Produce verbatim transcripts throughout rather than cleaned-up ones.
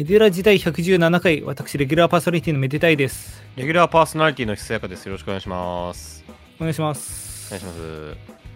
デラ時代ひゃくじゅうななかい、私レギュラーパーソナリティのめでたいです。 レギュラーパーソナリティのひさやかです。よろしくお願いします。 お願いします。 お願いします。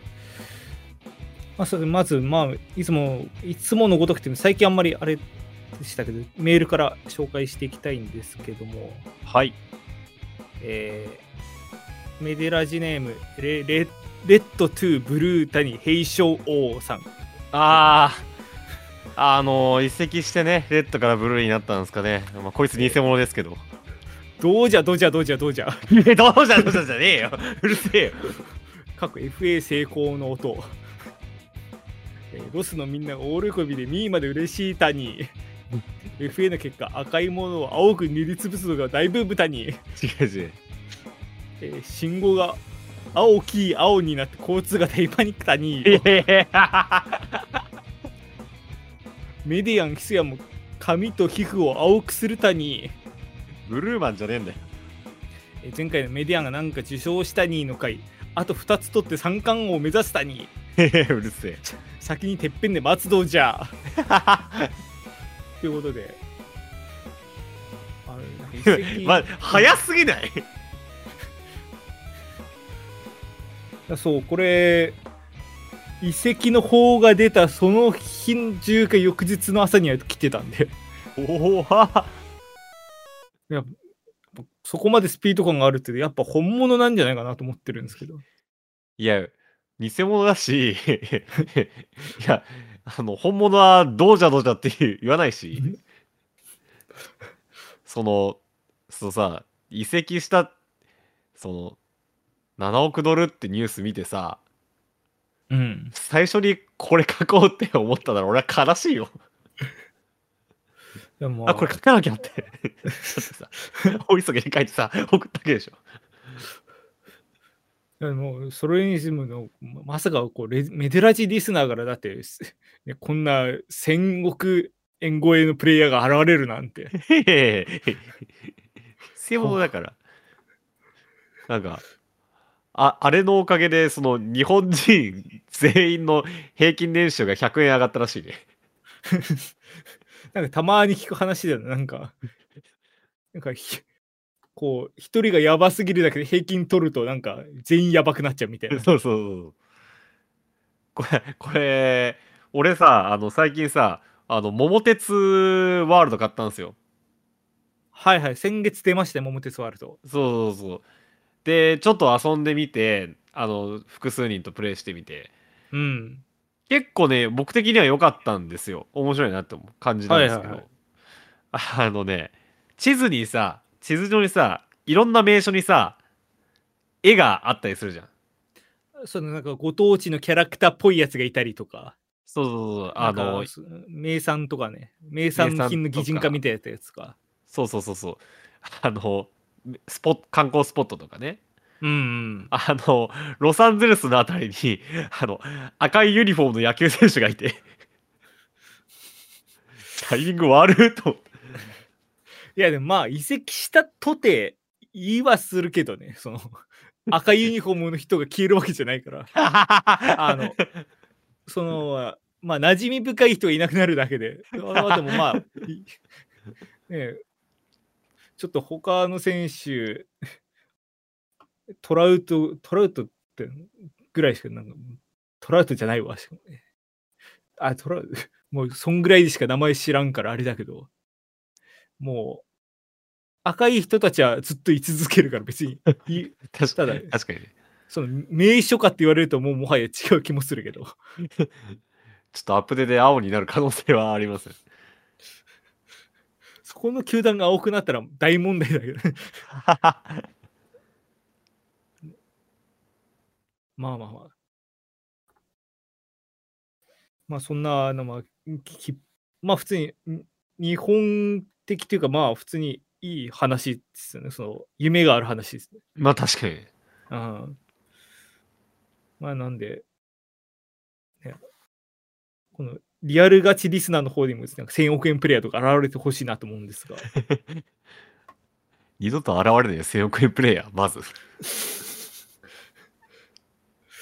まあ、それまず、まあ、いつもいつものごとくて最近あんまりあれでしたけど、メールから紹介していきたいんですけども、 はい。 えー、メデラジネームレレレッドトゥブルータニヘイショウ王さん。 あーあのー、移籍してね、レッドからブルーになったんですかね。まあ、こいつ偽物ですけど。 どうじゃどうじゃどうじゃどうじゃ。 え、どうじゃどうじゃじゃねえよ。うるせえよ。 各 エフエー 成功の音。ロスのみんなが大喜びでミーまで嬉しい谷。エフエー の結果、赤いものを青く塗りつぶすのが大ブーム谷。違う違う。 えー、信号が青き青になって交通が大パニック谷。メディアンキスヤも髪と皮膚を青くする谷。 ブルーマンじゃねえんだよ。 えー、前回のメディアンがなんか受賞したにの回、あとふたつ取って三冠王を目指す谷。 うるせえ。 先にてっぺんで松戸じゃ。ということで、あれまあ、早すぎない？ そう、これ遺跡の方が出たその日中か翌日の朝には来てたんで、 おおはやそこまでスピード感があるってやっぱ本物なんじゃないかなと思ってるんですけど。 いや、偽物だし、いや、あの、本物はどうじゃどうじゃって言わないし、その、そのさ、移籍した、その、ななおくドルってニュース見てさ、 うん。 最初にこれ書こうって思ったなら俺は悲しいよ。 でも、 あ、これ書かなきゃって。だってさ、お急ぎで書いてさ、送ったわけでしょ。 でもソロエニズムのまさかこうレメデラジリスナーからだって、ね、こんなせんおくえん超えのプレイヤーが現れるなんて。 偽物だから。なんか、あ、あれのおかげで、その日本人全員の平均年収がひゃくえん上がったらしいね。 なんかたまに聞く話だよね。なんか、なんかこう、一人がやばすぎるだけで平均取ると、なんか全員やばくなっちゃうみたいな。 そうそうそう。これ、これ、俺さ、あの、最近さ、あの、桃鉄ワールド買ったんですよ。 はいはい、先月出ましたよ、桃鉄ワールド。 そうそうそう。で、ちょっと遊んでみて、あの、複数人とプレイしてみて、 うん。 結構ね、僕的には良かったんですよ。面白いなって思う感じなんですけど。 はいはいはい。 あのね、地図にさ、地図上にさ、いろんな名所にさ、絵があったりするじゃん。 そのなんかご当地のキャラクターっぽいやつがいたりとか、 そうそうそう、 なんかあの、 名産とかね、名産品の擬人化みたいなやつか。 そうそうそうそう。あの、スポット、観光スポットとかね。 うんうん。 あの、ロサンゼルスのあたりに、あの、赤いユニフォームの野球選手がいて、タイミング悪いと思って。 いやでもまあ移籍したとて言いはするけどね、その赤ユニフォームの人が消えるわけじゃないから、あの、その、まあ馴染み深い人がいなくなるだけで、あでもまあ、ね、ちょっと他の選手、トラウト、トラウトってぐらいしかなんか、トラウトじゃないわ。あ、トラウト、もうそんぐらいでしか名前知らんからあれだけど、もう、赤い人たちはずっと居続けるから別に。 確ただ、 確かにね。 その名所かって言われるともうもはや違う気もするけど。 ちょっとアップデで青になる可能性はあります。 そこの球団が青くなったら大問題だけどね。まあまあまあ。まあそんな、あのまあ、まあ普通に日本的というかまあ普通にいい話ですよね。その夢がある話ですね。 まあ確かに。 うん。まあなんで、ね、このリアルガチリスナーの方にもですね、せんおくえんプレイヤーとか現れてほしいなと思うんですが。 二度と現れないよ、せんおくえんプレイヤー、まず。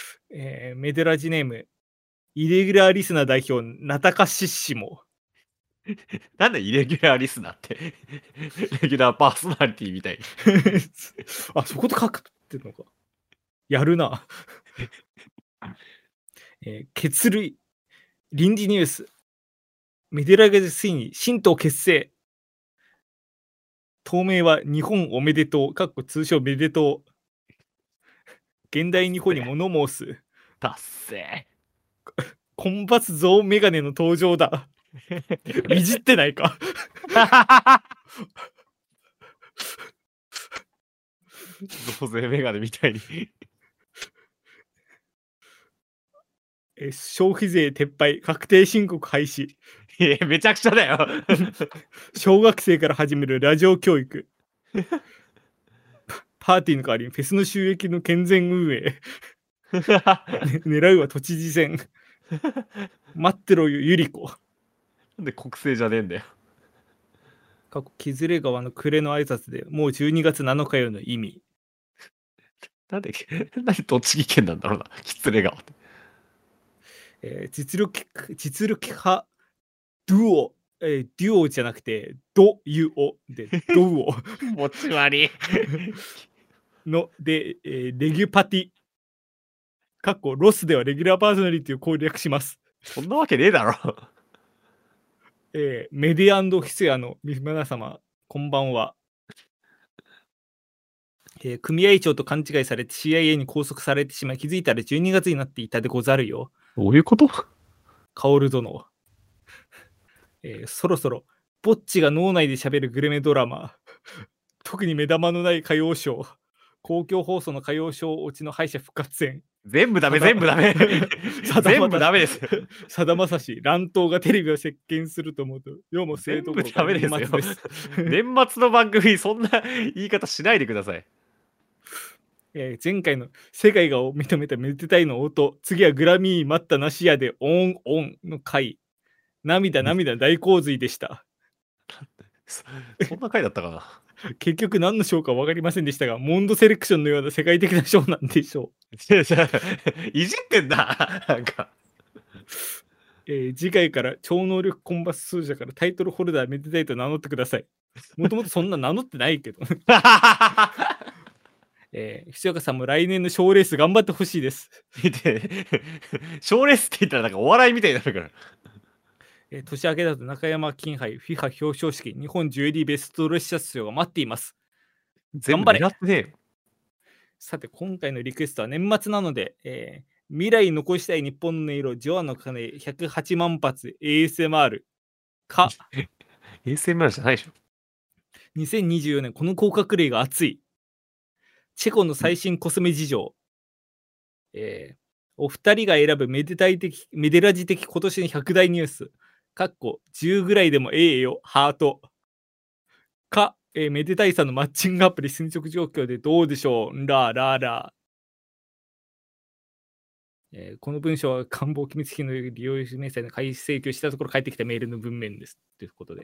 えー、メデラジネーム、イレギュラーリスナー代表、ナタカシッシモ。 なんでイレギュラーリスナーって。レギュラーパーソナリティみたいに。 あ、そこと書くってんのか。やるな。えー、血類、臨時ニュース。メデラがついに新党結成。党名は日本おめでとう。かっこ通称めでとう。現代日本に物申す。 達成。 コンバスゾウメガネの登場だ。いじってないか。 増税メガネみたいに。 え消費税撤廃、確定申告廃止。 いや、めちゃくちゃだよ。 小学生から始めるラジオ教育。パーティーの代わりにフェスの収益の健全運営。ね、狙うは都知事選。待ってろよ、ゆり子。 なんで国政じゃねえんだよ。 過去、木連川の暮れの挨拶でもうじゅうにがつなのかよの意味。 なんで、なんで栃木県なんだろうな、喜連川って。 えー、実力、実力派、ドゥオ、えー、デュオじゃなくて、ドユオで、ドウオ。 持ち割り。 の、で、えー、レギュパティ。かっこロスではレギュラーパーソナリティを攻略します。 そんなわけねえだろ。 えー、メディアヒスヤの皆様、こんばんは。えー、組合長と勘違いされて シーアイエー に拘束されてしまい、気づいたらじゅうにがつになっていたでござるよ。 どういうこと？ カオル殿。えー、そろそろ、ぼっちが脳内で喋るグルメドラマ、特に目玉のない歌謡ショー、公共放送の歌謡ショー落ちの敗者復活戦。 全部ダメ、全部ダメ。全部ダメです。 さだまさし、乱闘がテレビを席巻すると思うと、世も生徒ダメですよ。 年末です。 年末の番組、そんな言い方しないでください。 えー、前回の世界が認めためでたいの音、次はグラミー待ったなしやでオンオンの回。涙涙大洪水でした。 そ, そんな回だったかな。 結局何の賞か分かりませんでしたが、モンドセレクションのような世界的な賞なんでしょう。 いじってんだ。なんか。 えー、次回から超能力コンバス数者からタイトルホルダーめでたいと名乗ってください。もともとそんな名乗ってないけど。えー、藤岡さんも来年の賞レース頑張ってほしいです。 賞レースって言ったらなんかお笑いみたいになるから。 えー、年明けだと中山金杯 フィファ 表彰式日本ジュエリーベストドレッシャー賞が待っています。 頑張れ。ってね、 さて今回のリクエストは年末なので、えー、未来残したい日本の色ジョアの鐘ひゃくはちまん発 エーエスエムアール かエーエスエムアール じゃないでしょ。 にせんにじゅうよねんこの甲殻類が熱いチェコの最新コスメ事情、えー、お二人が選ぶめでたい的メデラジ的今年のひゃく大ニュースかっこじゅうぐらいでもええよハートか、えー、めでたいさんのマッチングアプリ進捗状況でどうでしょうラーラーラー、えー、この文章は官房機密費の利用明細の開始請求したところ返ってきたメールの文面ですということで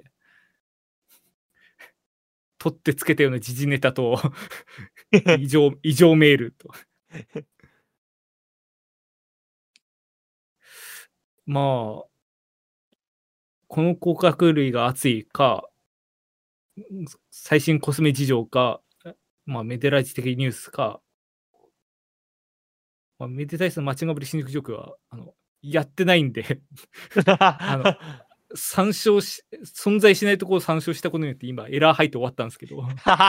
取ってつけたような時事ネタと異常異常メールとまあこの甲殻類が熱いか最新コスメ事情か、まあ、メデラジ的ニュースか、まあ、メデタイスのマッチングアプリ新宿ジョークはあのやってないんであの参照し存在しないところを参照したことによって今エラー入って終わったんですけど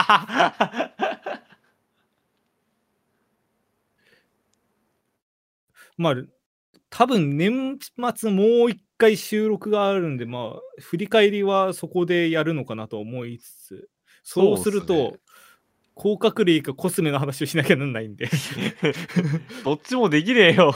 まあ多分年末もう一回収録があるんでまあ振り返りはそこでやるのかなと思いつつそうすると甲殻類かコスメの話をしなきゃなんないんでどっちもできねえよ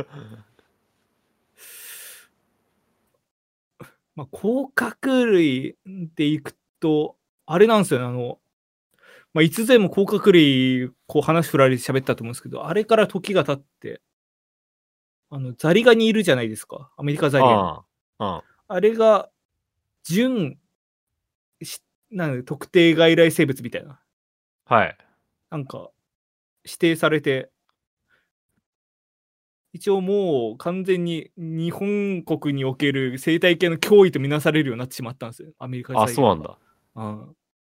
まあ、甲殻類でいくと、あれなんですよね、あの、まあ、いつでも甲殻類、こう話振られて喋ったと思うんですけど、あれから時が経って、あの、ザリガニいるじゃないですか、アメリカザリガニ。あ, あ, あれが、準、なんで特定外来生物みたいな。 はい。 なんか、指定されて、 一応もう完全に日本国における生態系の脅威とみなされるようになってしまったんですよ、アメリカザあ、 リガニは。 そうなんだ。 うん。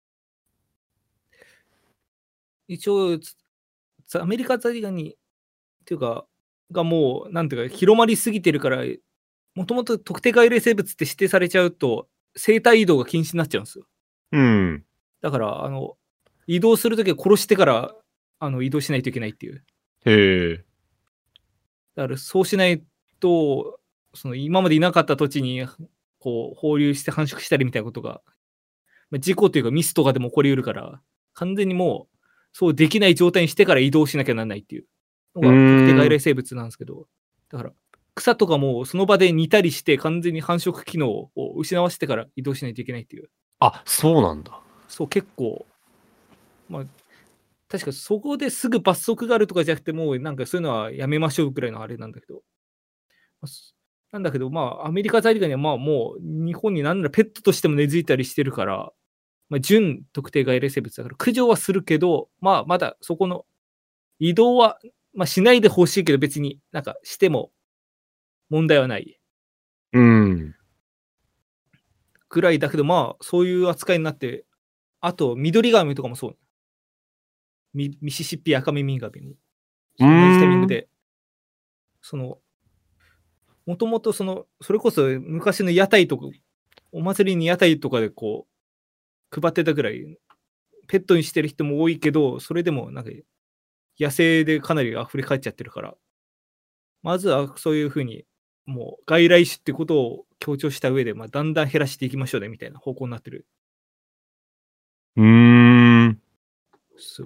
一応、つアメリカザリガニっていうか、がもう、なんていうか、広まりすぎてるから、もともと特定外来生物って指定されちゃうと、生体移動が禁止になっちゃうんですよ。 うん。 だから、あの、移動するときは殺してから、あの、移動しないといけないっていう。 へえ。 だからそうしないと、その今までいなかった土地に、こう、放流して繁殖したりみたいなことが、ま、事故というかミスとかでも起こりうるから、完全にもう、そうできない状態にしてから移動しなきゃなんないっていうのうが特定外ーん。 来生物なんすけど、だから、草とかもその場で煮たりして完全に繁殖機能を失わせてから移動しないといけないっていう。 あ、そうなんだ。 そう、結構、ま、確かそこですぐ罰則があるとかじゃなくて、もうなんかそういうのはやめましょうぐらいのあれなんだけど。ま、すなんだけど、まあ、アメリカザリガニは、まあ、もう日本になんならペットとしても根付いたりしてるから、ま、準特定外来生物だから駆除はするけど、まあ、まだそこの移動は、ま、しないで欲しいけど、別になんかしても問題はない。 うーん。 ぐらいだけど、まあ、そういう扱いになって、あとミドリガメとかもそう。ミミシシッピアカミミガメも、 うー同じタイミングん。 でそのもともとその、それこそ昔の屋台とか、お祭りに屋台とかでこう、配ってたぐらい、ペットにしてる人も多いけど、それでもなんか、野生でかなり溢れ返っちゃってるから。まずはそういう風に、もう外来種ってことを強調した上で、ま、だんだん減らしていきましょうねみたいな方向になってる。 うーん。 そう。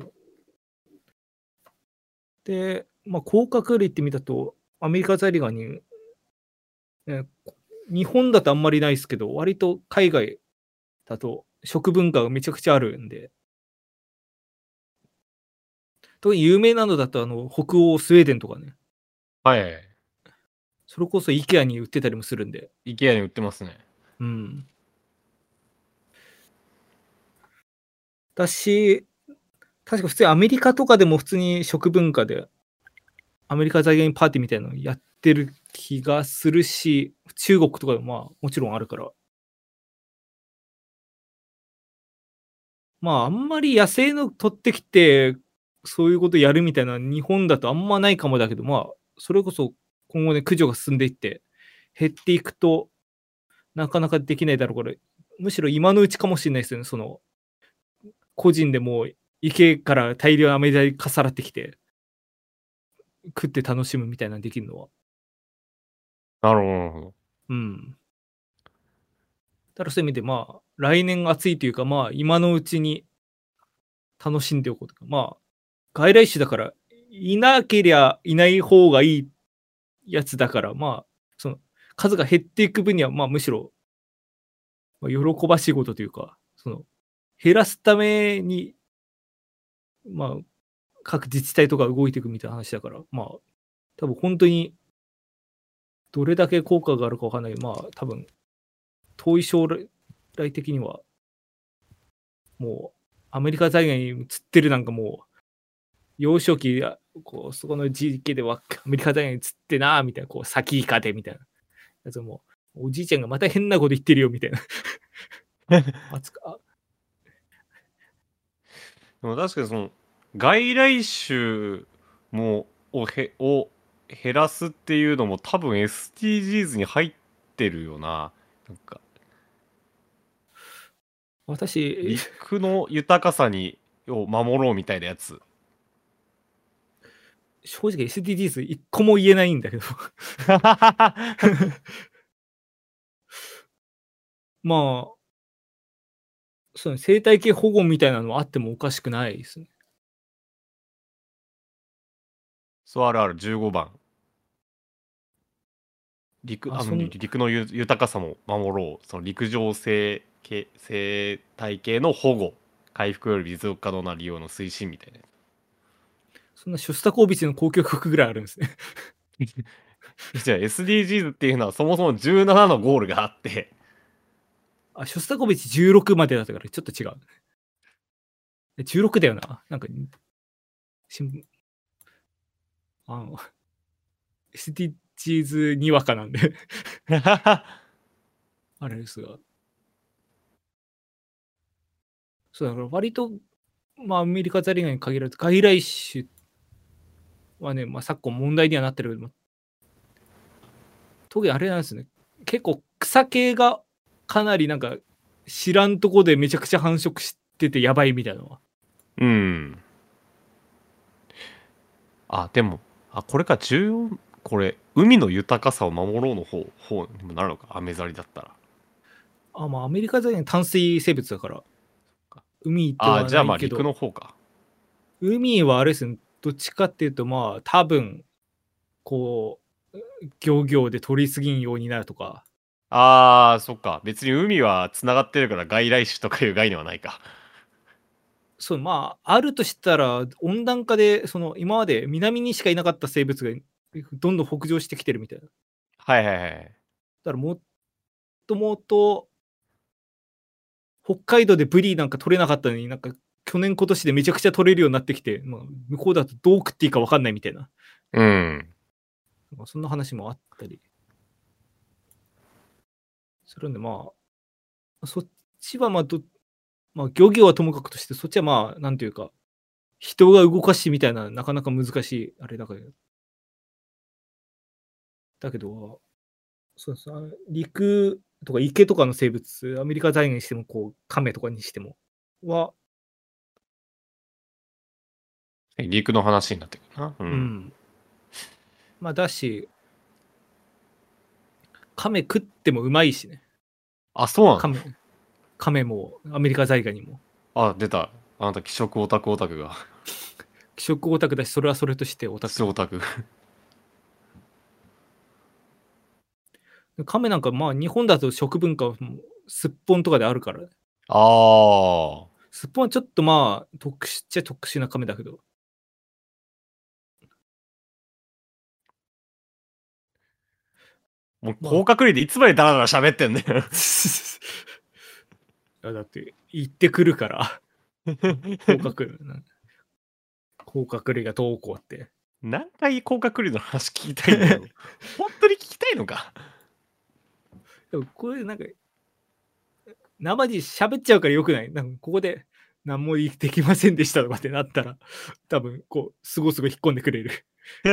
で、ま、甲殻類って見たと、アメリカザリガニえ、日本だとあんまりないすけど、割と海外だと食文化がめちゃくちゃあるんで。特に有名なのだと、あの、北欧スウェーデンとかね。 はいはいはい。 それこそ IKEA に売ってたりもするんで。 IKEA に売ってますね。 うん。だし、確か普通にアメリカとかでも普通に食文化で、アメリカザリガニパーティーみたいなのやってる気がするし、中国とかでも、まあ、もちろんあるから。まあ、あんまり野生の取ってきて、そういうことやるみたいな、日本だとあんまないかもだけど、まあ、それこそ今後ね、駆除が進んでいって、減っていくと、なかなかできないだろうから、むしろ今のうちかもしんないすよね、その、個人でも池から大量アメダイかっさらってきて食って楽しむみたいなんできんのは。 なるほどなるほど。 うん。ただそういう意味で、まあ、来年暑いというか、まあ、今のうちに楽しんでおこうとか、まあ、外来種だから、いなけりゃいない方がいいやつだから、まあ、その、数が減っていく分には、まあ、むしろま、喜ばしいことというか、その、減らすためにまあ、各自治体とか動いてくみたいな話だから、まあ、多分ほんとにどれだけ効果があるかわかんない、まあ、多分、遠い将来来的にはもう、アメリカザリガニ釣ってるなんかもう、幼少期や、こう、そこの地域ではアメリカザリガニ釣ってなみたいな、こう、サキイカでみたいなやつも、おじいちゃんがまた変なこと言ってるよみたいな。あつかあでも確かにその、外来種もをへを減らすっていうのも多分 エスディージーズ に入ってるよな、なんか。 私陸の豊かさにを守ろうみたいなやつ。 正直 エスディージーズいっこも言えないんだけど。まあそうね、生態系保護みたいなのはあってもおかしくないすね。 そう、あるある、じゅうごばん。陸あ、 あの、りそん陸のゆ豊かさも守ろう、その陸上生け生態系の保護、回復より持続可能な利用の推進みたいな。 そんなショスタコービチの交響曲ぐらいあるんすね。 じゃあ エスディージーズ っていうのはそもそもじゅうななのゴールがあってあ、ショスタコービチじゅうろくまでだったからちょっと違う。え、じゅうろくだよな。なんか、しんあのスティッチーズにわかなんであれですが。そうだから割と、まあ、アメリカザリガニに限らず、外来種はね、まあ、昨今問題にはなってるけど、特にあれなんですね。結構草系がかなりなんか知らんとこでめちゃくちゃ繁殖しててやばいみたいなのは。 うん。あ、でも、あ、これか重要、これ、海の豊かさを守ろうの方、方にもなるのか、アメザリだったら。 あ、まあ、アメリカザリガニ淡水生物だから、海であ、 はじゃあまあないけど、 陸の方か。 海はあれですね、どっちかっていうと、まあ、多分、こう、漁業で取りすぎんようになるとか、 あー、そっか。別に海は繋がってるから外来種とかいう概念はないか。 そう、まあ、あるとしたら、温暖化で、その、今まで南にしかいなかった生物がどんどん北上してきてるみたいな。だはいはいはい。 からもっともっと、北海道でブリなんか取れなかったのになんか去年今年でめちゃくちゃ取れるようになってきて、まあ、向こうだとどう食っていいか分かんないみたいな、 うん。 まあ、そんな話もあったりするんで、まあ、そっちはまあど、まあ、漁業はともかくとして、そっちはまあ、なんていうか、人が動かしみたいな、なかなか難しい、あれだから。だけど、そうです、あ陸とか池とかの生物、アメリカザリガニにしても、こう、カメとかにしても、は、 陸の話になってくるな。ううん。ん。まあ、だし、カメ食ってもうまいしね。 あ、そうなの？ カメ、カメも、アメリカザリガニも。 あ、出た。あなた、気色オタクオタクが。 気色オタクだし、それはそれとしてオタク。 オタク。 カメなんか、まあ、日本だと食文化はもうすっぽんとかであるから、 あー。 すっぽんはちょっとまあ、特殊っちゃ特殊なカメだけど。 もうまあ、 高確率でいつまでダラダラ喋ってんねん。 いやだって、行ってくるから、甲殻甲殻類がどうこうって。 何回高確率の話聞きたいんだよ。本当に聞きたいのか？ でもこれなんか、生に喋っちゃうからよくない？なんかここで何もできませんでしたとかってなったら、多分こう、すごすご引っ込んでくれる。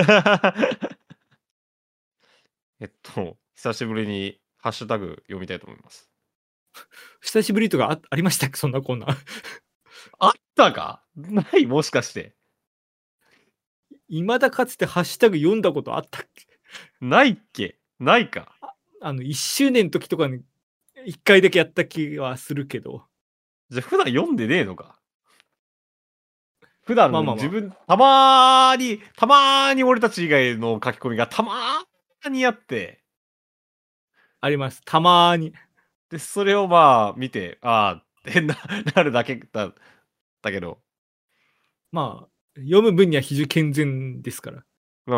えっと、久しぶりにハッシュタグ読みたいと思います。 久しぶりとかあありましたっけ？そんなこんな。 あったか？ないもしかして。 いまだかつてハッシュタグ読んだことあったっけ？ ないっけ？ないか。 あの、いっしゅうねんの時とかにいっかいだけやった気はするけど。 じゃ、普段読んでねえのか。普段まあまあまあ、 自分、たまーに、たまーに俺たち以外の書き込みがたまーにあって、 あります。たまに。 で、それをまあ見て、ああってななるだけだだけど、 まあ、読む分には非常に健全ですから。 うん。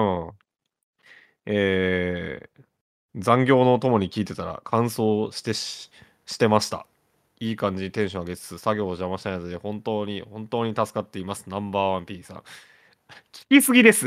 えー残業のともに聞いてたら乾燥してししてました。いい感じにテンション上げつつ、作業を邪魔しないので、本当に、本当に助かっています。ナンバーワン P さん。聞きすぎです。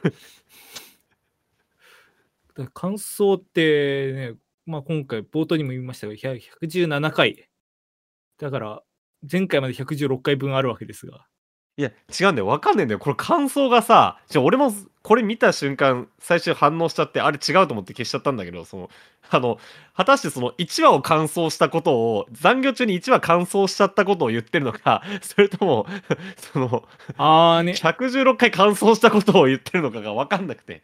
だから感想ってね、まあ、今回冒頭にも言いましたが、ひゃひゃくじゅうななかい。だから、前回までひゃくじゅうろっかいぶんあるわけですが。 いや、違うんだよ。わかんねえんだよ。これ感想がさ、ちょ俺もこれ見た瞬間、最初反応しちゃって、あれ違うと思って消しちゃったんだけど、その、あの、果たしてそのいちわを完走したことを、残業中にいちわ完走しちゃったことを言ってるのか、それとも、その、 あーね、 ひゃくじゅうろっかい完走したことを言ってるのかがわかんなくて。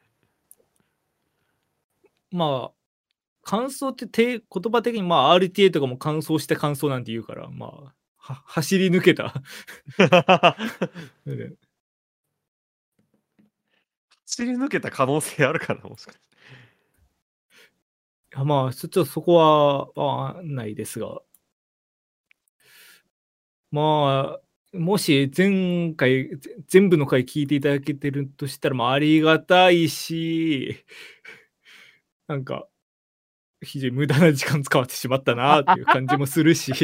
まあ、感想ってて言葉的に、まあ、アールティーエー とかも感想して感想なんて言うから、まあ、は走り抜けた。ね走り抜けた可能性あるから、もしかして。 いやまあ、ちょっとそこはわかんないですが。まあ、もし前回、ぜ全部の回聞いていただけてるとしたら、まあ、ありがたいし、なんか、非常に無駄な時間使わってしまったなっていう感じもするし、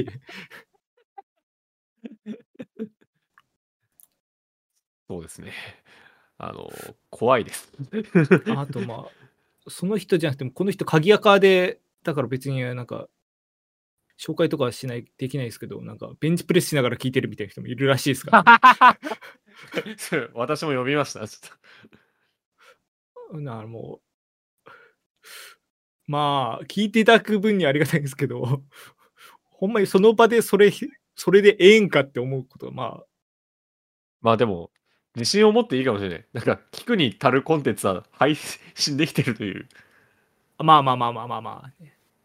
そうですね。 あの、怖いです。 あと、まあ、その人じゃなくても、この人鍵垢で、だから別になんか紹介とかはしないできないですけど、なんかベンチプレスしながら聞いてるみたいな人もいるらしいですからね。 それ、私も読みました、ちょっと。 ならもう、まあ、聞いていただく分にはありがたいんですけど、ほんまにその場でそれひそれでええんかって思うことは、まあ、 まあ、でも、自信を持っていいかもしれない。なんか、聞くに足るコンテンツは配信できてるという。 まあまあまあまあまあまあ、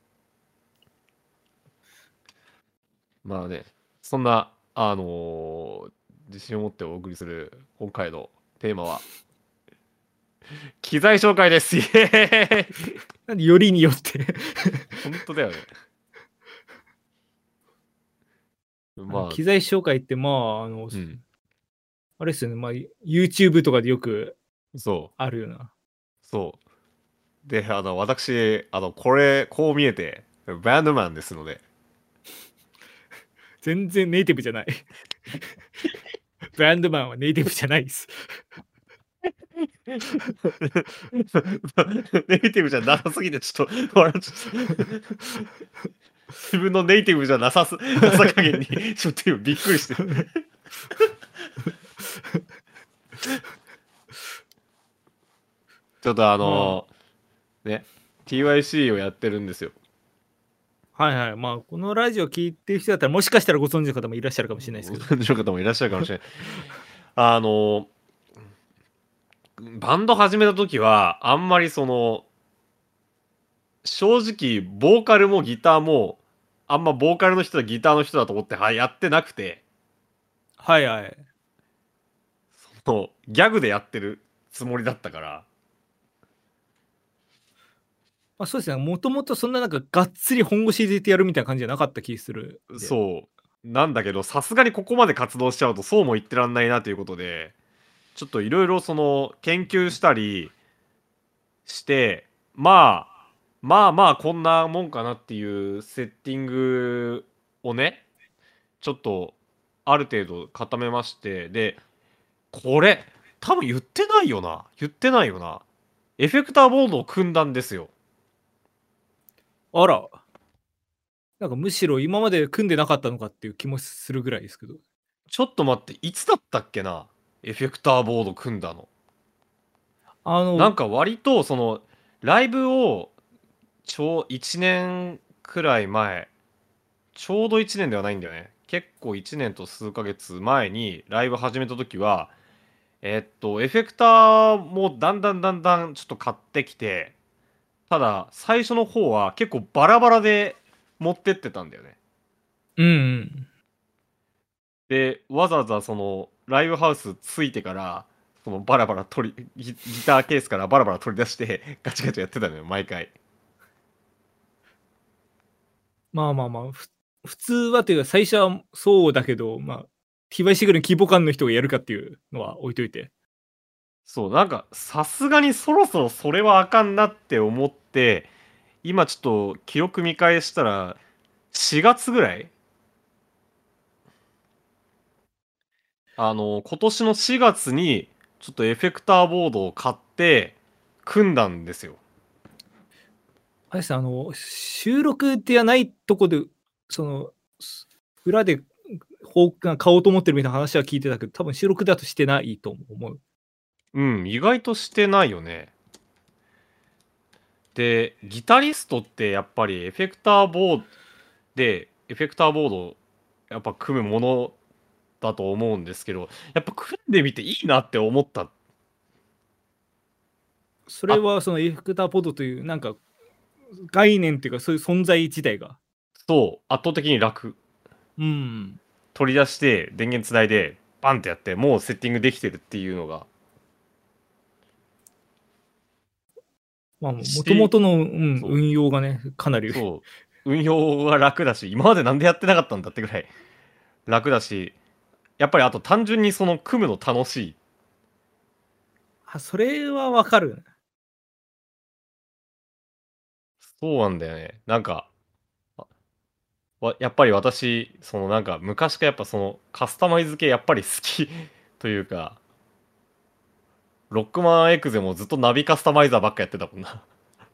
まあね、そんな、あのー自信を持ってお送りする今回のテーマは、機材紹介です。イエーイ。 なんでよりによって本当だよね。 あの、 まあ、 機材紹介って、まあ、あの、 うん、 あれですよね、まあ、YouTube とかでよくそう、 あるような。 そう。で、あの、私、あの、これ、こう見えて、バンドマンですので、 全然ネイティブじゃない。ブランドマンはネイティブじゃないです。 ネイティブじゃなさすぎて、ちょっと、笑っちゃった。自分のネイティブじゃなさす、なさ加減に、ちょっと今びっくりしてる。ちょっとあまのね、ティーワイシー をやってるんですよ。 あ、はいはい。まあ、このラジオ聞いてる人だったら、もしかしたらご存知の方もいらっしゃるかもしれないですけど。 ご存知の方もいらっしゃるかもしれない。あのバンド始めた時は、あんまりその、正直、ボーカルもギターも、あんまボーカルの人はギターの人だと思って、はやってなくて、 はいはい。 そのギャグでやってるつもりだったから、 まあ、そうですね、もともとそんななんかがっつり本腰入れてやるみたいな感じじゃなかった気するんで。 そう。なんだけど、さすがにここまで活動しちゃうと、そうも言ってらんないなということで、ちょっといろいろその、研究したりして、まあ、まあまあ、こんなもんかなっていうセッティングをね、ちょっと、ある程度固めまして、で、これ、多分言ってないよな。言ってないよな。エフェクターボードを組んだんですよ。 あら、なんかむしろ今まで組んでなかったのかっていう気もするぐらいですけど。 ちょっと待って、いつだったっけな、エフェクターボード組んだの。 あの、 なんか割と、その、ライブを、ちょういちねんくらい前、ちょうどいちねんではないんだよね。結構いちねんと数ヶ月前にライブ始めた時は、えっと、エフェクターもだんだんだんだんちょっと買ってきて、ただ、最初の方は結構バラバラで持ってってたんだよね。 うんうん。 で、わざわざその、ライブハウス着いてから、そのバラバラ取り、ギギターケースからバラバラ取り出して、ガチガチやってたのよ、毎回。 まあまあまあ、ふ普通はというか、最初はそうだけど、まあ、ティーワイシー ぐらいの規模感の人がやるかっていうのは置いといて。 そう、なんか、さすがにそろそろそれはあかんなって思って、今ちょっと記憶見返したら、しがつぐらい、あの、今年のしがつに、ちょっとエフェクターボードを買って、組んだんですよ。 あれですね、あの、収録ではないとこで、その、す裏で、ほうが買おうと思ってるみたいな話は聞いてたけど、多分収録だとしてないと思う。 うん、意外としてないよね。で、ギタリストってやっぱりエフェクターボードで、エフェクターボードやっぱ組むものだと思うんですけど、やっぱ組んでみていいなって思った。あ、 それはそのエフェクターポッドというなんか概念っていうか、そういう存在自体が。 そう、圧倒的に楽。 うん。 取り出して電源つないで、バンってやって、もうセッティングできてるっていうのが、 まあ、もともし、 との、うん、 そう、 運用がね、かなりそう、運用が楽だし、今までなんでやってなかったんだってぐらい楽だし、やっぱりあと単純にその組むの楽しい。 あ、それはわかる。 そうなんだよね。なんか、あわやっぱり私、そのなんか昔からやっぱそのカスタマイズ系やっぱり好きというか、 ロックマンエクゼもずっとナビカスタマイザーばっかやってたもんな。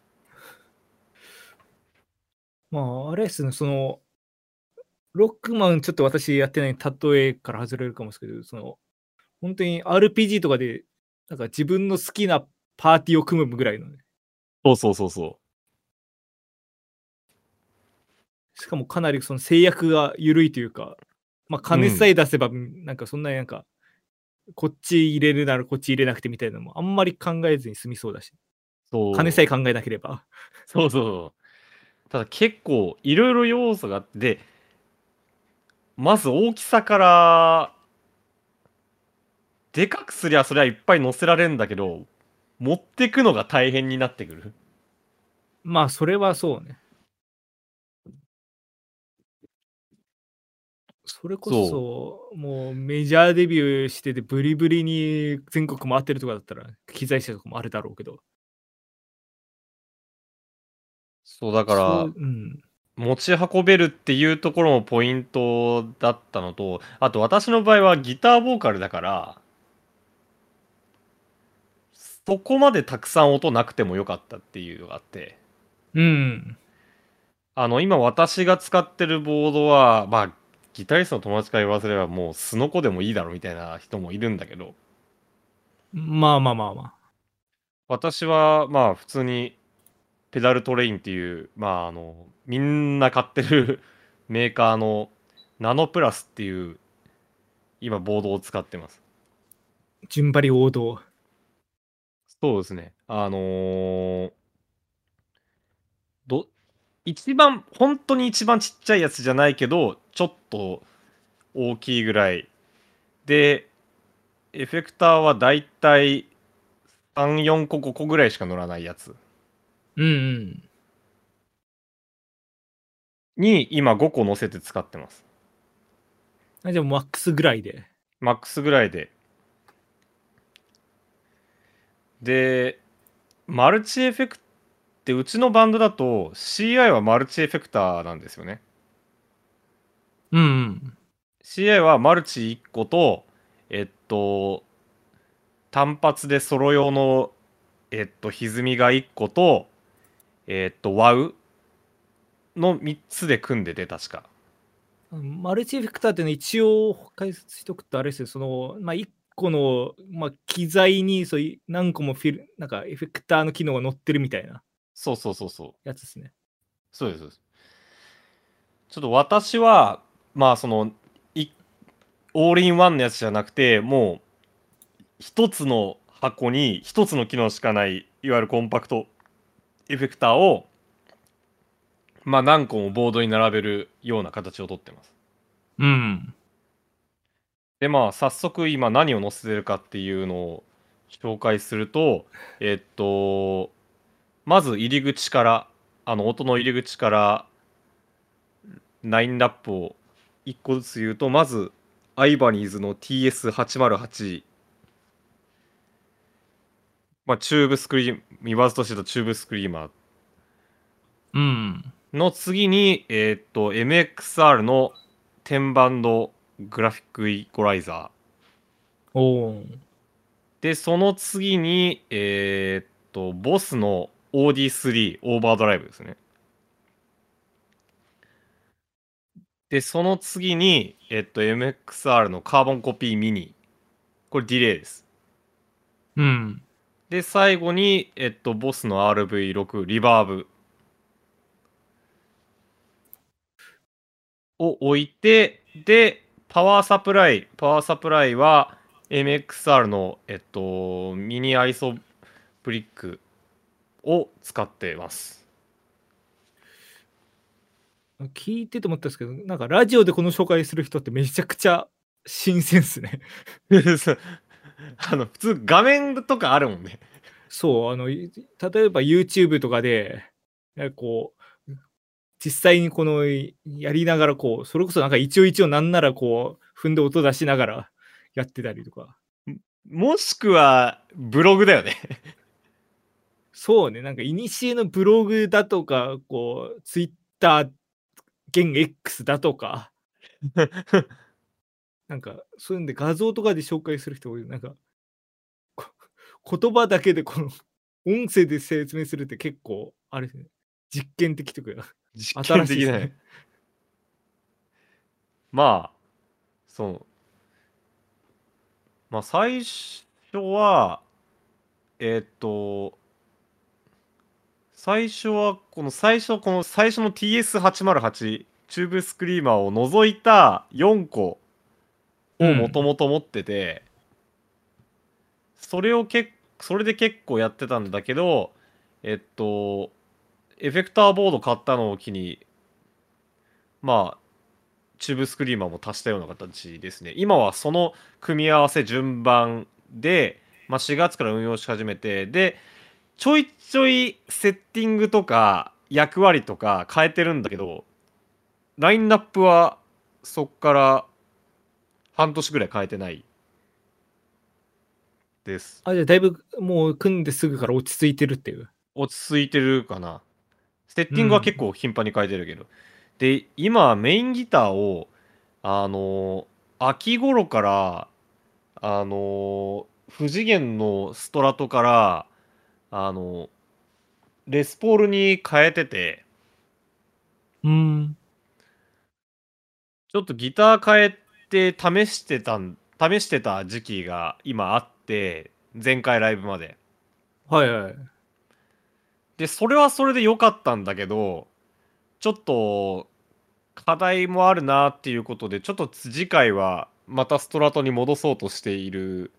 まあ、あれですね、その、ロックマンちょっと私やってない例えから外れるかもしれないけど、その、本当に アールピージー とかで、なんか自分の好きなパーティーを組むぐらいのね。 そうそうそうそう。 しかもかなりその制約が緩いというか、まあ、金さえ出せば、なんかそんなになんか、こっち入れるならこっち入れなくてみたいなのもあんまり考えずに済みそうだし、 そう。 金さえ考えなければ。 そうそう。ただ結構いろいろ要素があって、まず大きさから、でかくすりゃそりゃいっぱい乗せられるんだけど、持ってくのが大変になってくる。 まあ、それはそうね。それこそそ、もうメジャーデビューしてて、ブリブリに全国回ってるとかだったら、機材車とかもあるだろうけど。 そうだから、 そう、うん。 持ち運べるっていうところもポイントだったのと、あと私の場合はギターボーカルだから、そこまでたくさん音なくてもよかったっていうのがあって、 うん。 あの、今私が使ってるボードは、まあ、ギタリストの友達から言わせればもうスノコでもいいだろみたいな人もいるんだけど、 まあまあまあまあ。 私はまあ普通にペダルトレインっていう、まああの、みんな買ってるメーカーのナノプラスっていう今ボードを使ってます。 順張り王道。 そうですね。あのーど、一番、本当に一番ちっちゃいやつじゃないけど、ちょっと大きいぐらい。で、エフェクターはだいたいさん、よんこ、ごこぐらいしか乗らないやつうんうん。 に今ごこ乗せて使ってます。 あ、じゃあマックスぐらいで。 マックスぐらいで。で、マルチエフェクト、うちのバンドだと シーアイ はマルチエフェクターなんですよね。 うんうん。 シーアイ はマルチいっこと、えっと、単発でソロ用の、えっと、歪みがいっこと、えっと、ワウのみっつで組んでて、確か。 マルチエフェクターっていうのは一応解説しとくとあれですよ、その、まあ、いっこの、まあ、機材にそういう何個もフィルなんかエフェクターの機能が載ってるみたいなそうそうそうそう。 やつですね。 そうです、そうです。ちょっと私は、まあ、その、いオールインワンのやつじゃなくて、もう、一つの箱に一つの機能しかない、いわゆるコンパクトエフェクターを、まあ、何個もボードに並べるような形をとってます。 うん。 で、まあ、早速今何を載せてるかっていうのを紹介すると、えっと、まず入り口から、あの、音の入り口からラインナップをいっこずつ言うと、まず、アイバニーズの ティーエスはちまるはち、まあ、チューブスクリーム、言わずとしてたチューブスクリーマーうん。 の次に、えーっと、エムエックスアール のテンバンドグラフィックイコライザー。 おお。 で、その次に、えーっと、ボスの オーディースリー オーバードライブですね。で、その次に、えっと、エムエックスアール のカーボンコピーミニ。これディレイです。 うん。 で、最後に、えっと、ボスの アールブイシックス リバーブを置いて、で、パワーサプライ、パワーサプライは エムエックスアール の、えっと、ミニアイソブリックを使ってます。 聞いてて思ったんですけど、なんかラジオでこの紹介する人ってめちゃくちゃ新鮮っすね。 あの、普通画面とかあるもんね。 そう、あの、い例えば YouTube とかで、なんかこう、実際にこのやりながらこう、それこそなんか一応一応なんならこう、踏んで音出しながらやってたりとか。 もしくは、ブログだよね。 そうね、なんか古のブログだとか、こう、Twitter 現 X だとか、なんかそういうんで画像とかで紹介する人多い。なんか、こ言葉だけでこの音声で説明するって結構あれですね、実験的というか、 実験新しいですね。 的だね。まあ、そう。まあ最初は、えーっと、最初は、この最初、この最初の ティーエスはちまるはち、チューブスクリーマーを除いたよんこをもとうん。 もと持ってて、それをけそれで結構やってたんだけど、えっと、エフェクターボード買ったのを機に、まあ、チューブスクリーマーも足したような形ですね。今はその組み合わせ順番で、まあ、しがつから運用し始めて、で、ちょいちょいセッティングとか役割とか変えてるんだけど、ラインナップはそっから半年ぐらい変えてないです。 あ、じゃあだいぶもう組んですぐから落ち着いてるっていう。 落ち着いてるかな。セッティングは結うん。 構頻繁に変えてるけど。で、今メインギターを、あの、秋頃から、あの、不次元のストラトから、あの、レスポールに変えてて、 うん。 ちょっとギター変えて試してたん、試してた時期が今あって、前回ライブまで。 はいはい。 で、それはそれで良かったんだけど、ちょっと課題もあるなっていうことで、ちょっと次回はまたストラトに戻そうとしている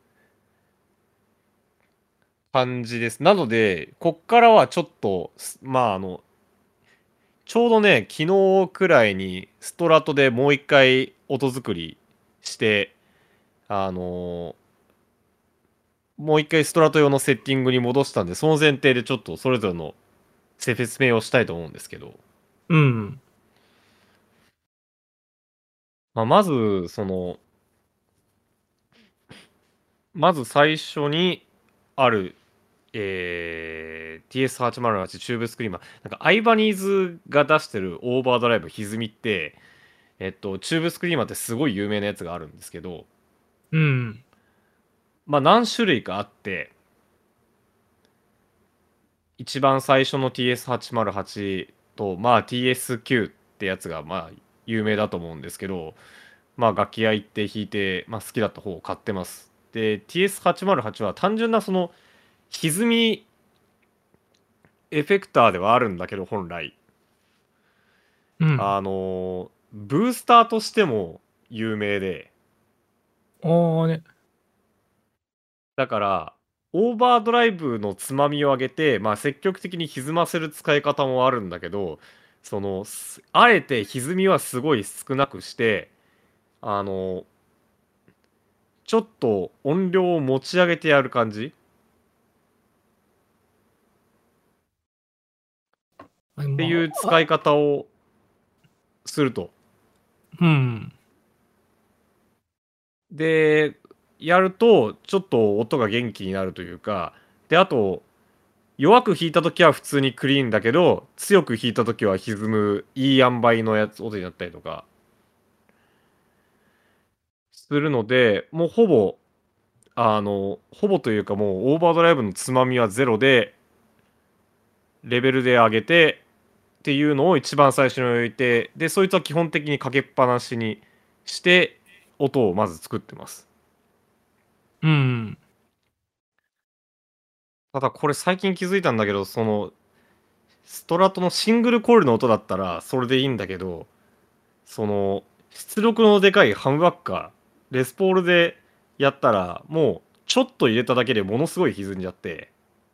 感じです。なので、こっからはちょっと、すまああの、ちょうどね、昨日くらいにストラトでもう一回音作りして、あのもう一回ストラト用のセッティングに戻したんで、その前提でちょっとそれぞれの説明をしたいと思うんですけど、 うん。 まあ、まず、その、まず最初にある、えー、ティーエスはちまるはち チューブスクリーマー。なんか、アイバニーズが出してるオーバードライブ歪みって、えっと、チューブスクリーマーってすごい有名なやつがあるんですけど、 うん。 まあ、何種類かあって、一番最初の ティーエスはちまるはち と、まあ、ティーエスきゅう ってやつが、まあ、有名だと思うんですけど、まあ、楽器屋行って弾いて、まあ、好きだった方を買ってます。で、ティーエスはちまるはち は単純なその、歪みエフェクターではあるんだけど、本来。 うん。 あの、ブースターとしても有名で、 ああね。 だから、オーバードライブのつまみを上げて、まあ、積極的に歪ませる使い方もあるんだけど、その、すあえて歪みはすごい少なくして、あの、ちょっと音量を持ち上げてやる感じってまいう使いあ、 方をすると。 うん。 で、やると、ちょっと音が元気になるというか、で、あと、弱く弾いた時は普通にクリーンだけど、強く弾いた時は歪むいい塩梅のやつ音になったりとかするので、もうほぼ、あの、ほぼというかもうオーバードライブのつまみはゼロで、レベルで上げてっていうのを一番最初に置いて、で、そいつは基本的にかけっぱなしにして、音をまず作ってます。 うん。 ただこれ最近気づいたんだけど、その、ストラトのシングルコイルの音だったらそれでいいんだけど、その、出力のでかいハムバッカー、レスポールでやったら、もうちょっと入れただけでものすごい歪んじゃって、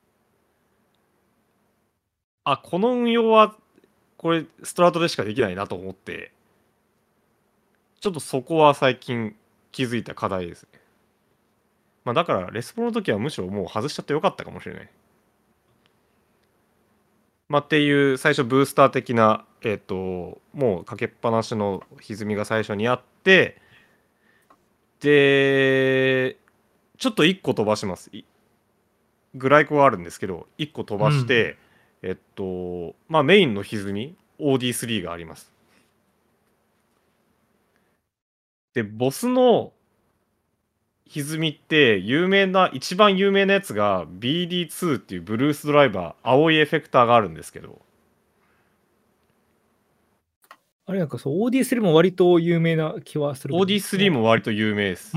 あ、この運用は、これ、ストラトでしかできないなと思って、ちょっとそこは最近気づいた課題ですね。まあだから、レスポールの時はむしろもう外しちゃってよかったかもしれない。まあっていう最初ブースター的な、えっと、もうかけっぱなしの歪みが最初にあって、で、ちょっといっこ飛ばします。いグライコがあるんですけど、いっこ飛うん。 ばして、えっと、まあメインの歪み、オーディースリー があります。で、ボスの歪みって有名な一番有名なやつが ビーディーツー っていうブルースドライバー青いエフェクターがあるんですけど、 あれなんかそう、オーディースリー も割と有名な気はするけど。 オーディースリー も割と有名です。 うん。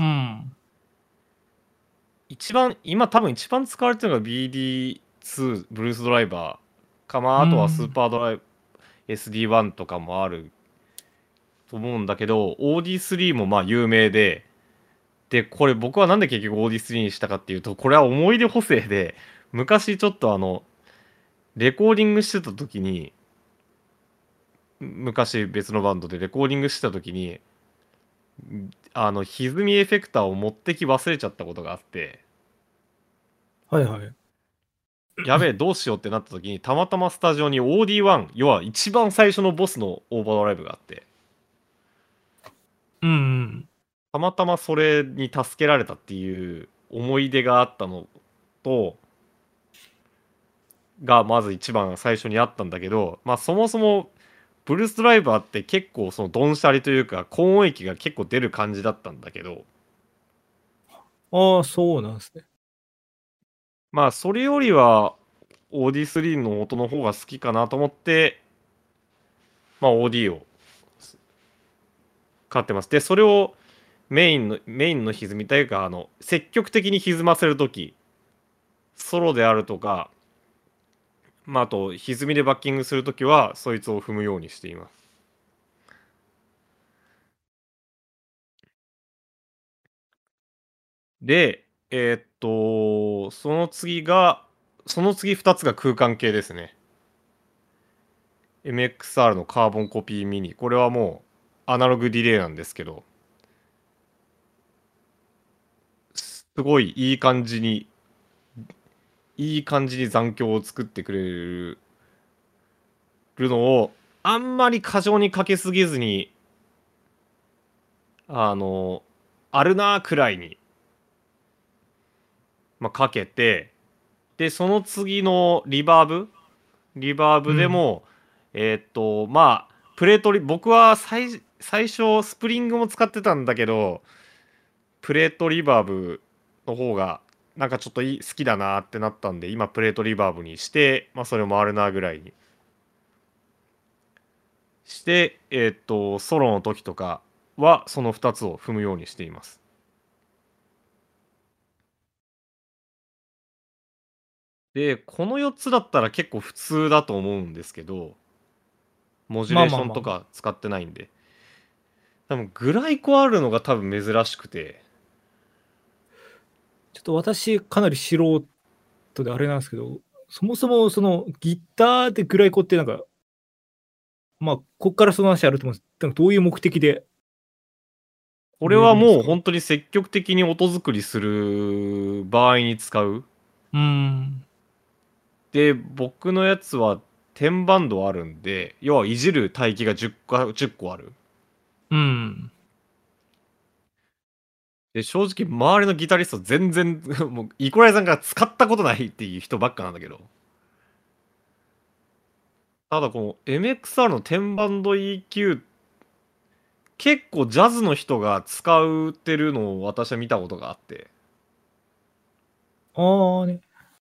一番今多分一番使われてるのが ビーディーツー ブルースドライバーか、まああとはスーパードライ エスディーワン とかもあると思うんだけど、 オーディースリー もまあ有名で、でこれ僕はなんで結局 オーディースリー にしたかっていうと、これは思い出補正で、昔ちょっとあのレコーディングしてた時に、昔別のバンドでレコーディングしてた時に、あの歪みエフェクターを持ってき忘れちゃったことがあって、 はいはい。 やべえどうしようってなった時に、たまたまスタジオに オーディーワン、要は一番最初のボスのオーバードライブがあって、 うんうん。 たまたまそれに助けられたっていう思い出があったのと、がまず一番最初にあったんだけど、まあそもそもブルースドライバーって結構そのドンシャリというか高音域が結構出る感じだったんだけど、 ああ、そうなんですね。 まあそれよりは オーディースリー の音の方が好きかなと思って、まあ オーディー を買ってます。でそれをメインのメインの歪みというか、あの積極的に歪ませるとき、ソロであるとか、まああと歪みでバッキングするときはそいつを踏むようにしています。で、えーっと、その次が、その次ふたつが空間系ですね。エムエックスアール のカーボンコピーミニ。これはもうアナログディレイなんですけど、すごいいい感じに、いい感じに残響を作ってくれるのを、あんまり過剰にかけすぎずに、あの、あるなーくらいに、まあ、かけて、で、その次のリバーブリバーブうん。 でも、えーっと、まあ、プレートリ、僕は最、最初スプリングも使ってたんだけど、プレートリバーブの方が、なんかちょっといい好きだなってなったんで、今プレートリバーブにして、まあそれもあるなぐらいにして、えーっと、ソロの時とかはそのふたつを踏むようにしています。で、このよっつだったら結構普通だと思うんですけど、モジュレーションとまあまあまあまあ。 か使ってないんで。多分グライコあるのが多分珍しくて、 ちょっと私、かなり素人であれなんですけど、そもそもそのギターでグライコってなんか、まあ、こっからその話あると思うんです。なんかどういう目的でこれ入れはもうるんですか？ 本当に積極的に音作りする場合に使う。 うーん。 で、僕のやつはじゅうバンドあるんで、要はいじる帯域がじゅっこ、じゅっこある。 うん。 で、正直周りのギタリスト全然もうイコライザーが使ったことないっていう人ばっかなんだけど。ただこの エムエックスアール のじゅうバンド イーキュー、結構ジャズの人が使うてるのを私は見たことがあって。 ああね。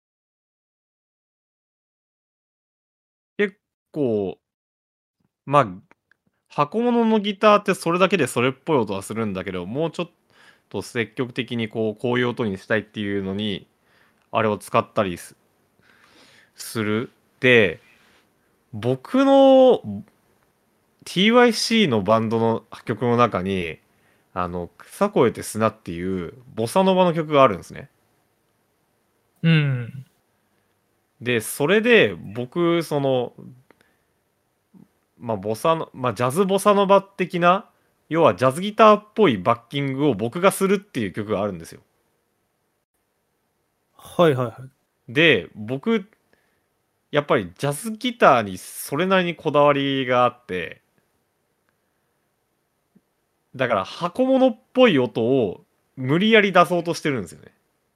結構、まあ、箱物のギターってそれだけでそれっぽい音はするんだけど、もうちょっと積極的にこう、こういう音にしたいっていうのに、あれを使ったりすする。で、僕の ティーワイシー のバンドの曲の中に、あの、草越えて砂っていうボサノバの曲があるんですね。 うん。 で、それで僕、その、まあ、ボサノ、まあ、ジャズボサノバ的な、要はジャズギターっぽいバッキングを僕がするっていう曲があるんですよ。 はいはいはい。 で、僕、やっぱりジャズギターにそれなりにこだわりがあって、だから箱物っぽい音を無理やり出そうとしてるんですよね。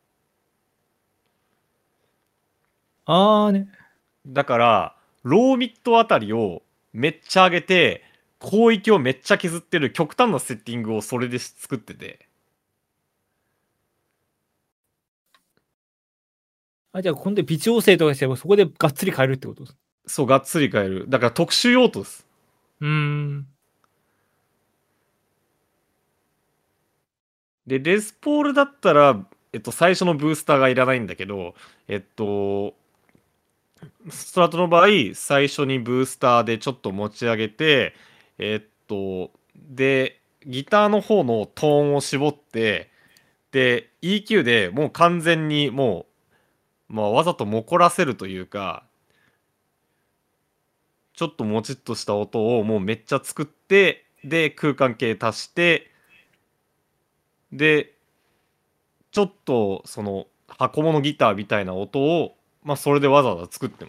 ああね。 だから、ローミッドあたりをめっちゃ上げて、広域をめっちゃ削ってる極端なセッティングをそれで作ってて。 あ、じゃあ今度微調整とかしてもそこでがっつり変えるってことです？ そう、がっつり変える。だから特殊用途です。 うーん。 で、レスポールだったら、えっと、最初のブースターがいらないんだけど、えっと、ストラトの場合、最初にブースターでちょっと持ち上げて、えっと、で、ギターの方のトーンを絞って、で、イーキュー でもう完全にもう、まあ、わざともこらせるというか、ちょっともちっとした音をもうめっちゃ作って、で、空間系足して、で、ちょっとその箱物ギターみたいな音を、まあ、それでわざわざ作ってます。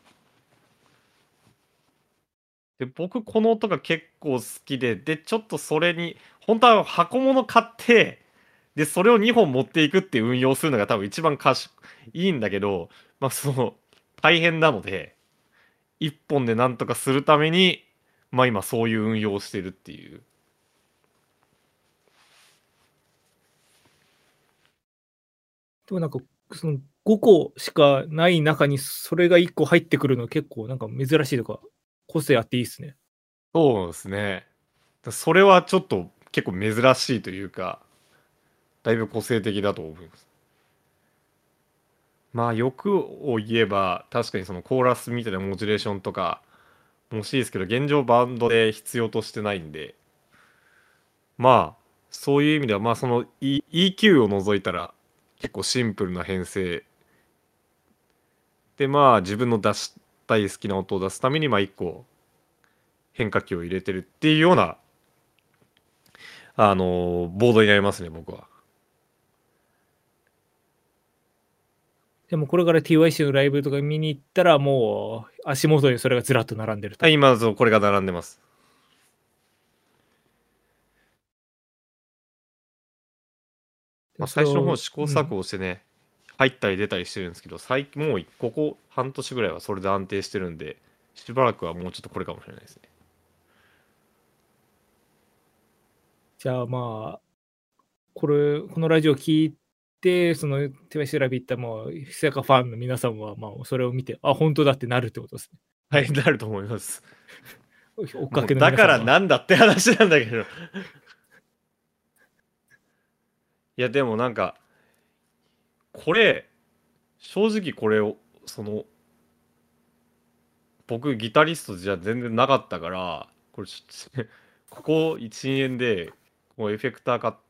で、僕この音が結構好きで、で、ちょっとそれに、本当は箱物買って、で、それをにほん持っていくって運用するのが多分一番かしいいんだけど、まあ、その、大変なので、いっぽんでなんとかするために、まあ今そういう運用をしてるっていう。 でもなんか、そのごこしかない中にそれがいっこ入ってくるの結構なんか珍しいとか、個性あっていいっすね。 そうですね。だそれはちょっと結構珍しいというか、だいぶ個性的だと思います。まあ欲を言えば、確かにそのコーラスみたいなモチュレーションとかも欲しいですけど、現状バンドで必要としてないんで、まあ、そういう意味では、まあその E- イーキュー を除いたら結構シンプルな編成で、まあ自分の出したい好きな音を出すために、まあ一個変化球を入れてるっていうような、あのーボードになりますね、僕は。 でもこれから ティーワイシー のライブとか見に行ったら、もう足元にそれがずらっと並んでると。 はい、今、そうこれが並んでます。まあ、 でもそれを最初の方試行錯うん。 誤してね、入ったり出たりしてるんですけど、最近もうここ半年ぐらいはそれで安定してるんで、しばらくはもうちょっとこれかもしれないですね。 じゃあ、まあ、これこのラジオ聞いて、その ティーワイシー ライブ行ったもう、ひそやかファンの皆さんは、まあ、それを見て、あ、ほんとだってなるってことですね。 はい、なると思います。 追っかけのもうだか皆さんは。 らなんだって話なんだけど。いや、でもなんか、これ、正直これを、その、僕ギタリストじゃ全然なかったから、これちょっとここいち、にねんで、こうエフェクター買って、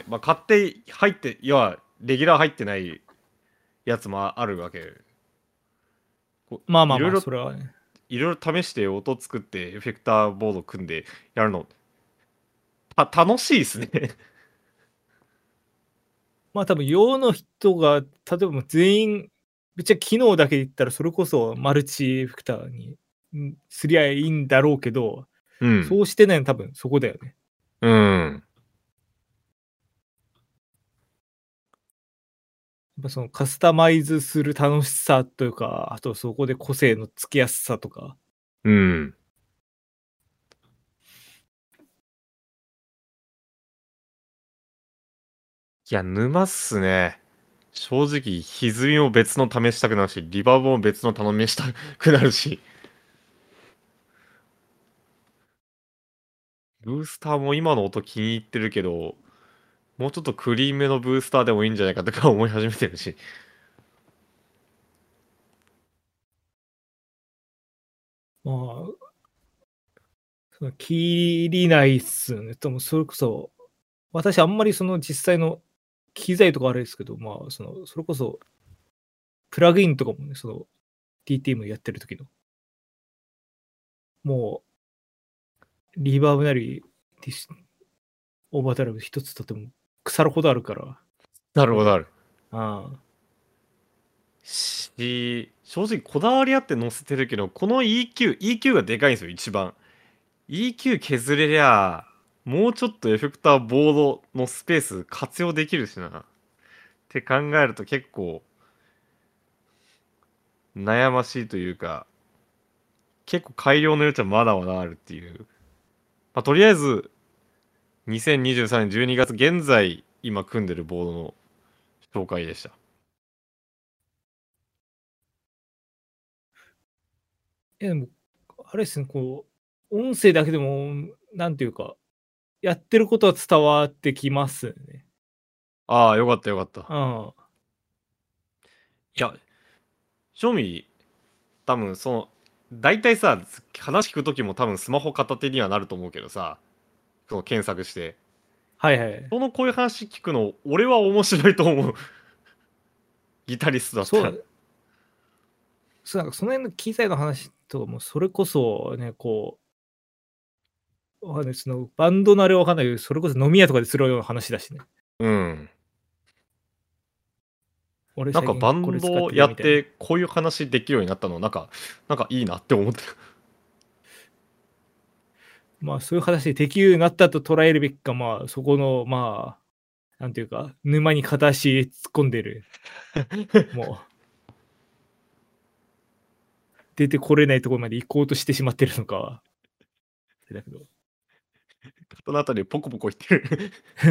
まあ買って入って、いや、レギュラー入ってないやつもあるわけ。こうまあまあまあ、 いろいろ、 それはね。 いろいろ試して音作ってエフェクターボード組んでやるの、た、楽しいですね。 まあ、多分世の人が、例えばもう全員、ぶっちゃ機能だけで言ったら、それこそマルチエフェクターに、ん、すりゃいいんだろうけど、 うん。 そうしてないの多分そこだよね。 うん。 やっぱそのカスタマイズする楽しさというか、あとそこで個性のつきやすさとか。 うん。いや、沼っすね。正直、歪みも別の試したくなるし、リバーブも別の試したくなるし、ブースターも今の音気に入ってるけど、もうちょっとクリーンめのブースターでもいいんじゃないかとか思い始めてるし。 まあ、その切りないっすよね。でもそれこそ、私あんまりその実際の機材とかあれですけど、まあ、その、それこそプラグインとかもね、その ティーティーエム やってる時の、もうリバーブなり、ディスオーバードライブ一つとっても腐るほどあるから、 なるほど、ある。 ああ、 し、正直こだわりあって載せてるけど、この イーキュー、イーキュー がでかいんですよ、一番。イーキュー 削れりゃ、もうちょっとエフェクターボードのスペース活用できるしな。って考えると結構悩ましいというか、結構改良の余地はまだまだあるっていう。まあ、とりあえず、にせんにじゅうさんねんじゅうにがつ現在今組んでるボードの紹介でした。 え、でも、あれですね、こう、音声だけでも、なんていうか、やってることは伝わってきますね。 ああ、よかったよかった。 ああ。 いや、正味、多分その、大体さ、話聞くときも多分スマホ片手にはなると思うけどさ、その検索して。 はいはい。 そのこういう話聞くの、俺は面白いと思う。ギタリストだったら。 そうそう、なんかその辺の機材の話とかも、それこそね、こう、わかんない、そのバンドのあれはわかんないけど、それこそ飲み屋とかでするような話だしね。 うん。 俺最なんかバ近これ使っンドててみたいな。 やってこういう話できるようになったの、なんか、なんかいいなって思って。 まあ、そういう話でできるようになったと捉えるべきか、まあ、そこの、まあ、なんていうか、沼に片足突っ込んでる、もう、出てこれないところまで行こうとしてしまってるのかは、あれだけど。 そのあたりポコポコ言ってる。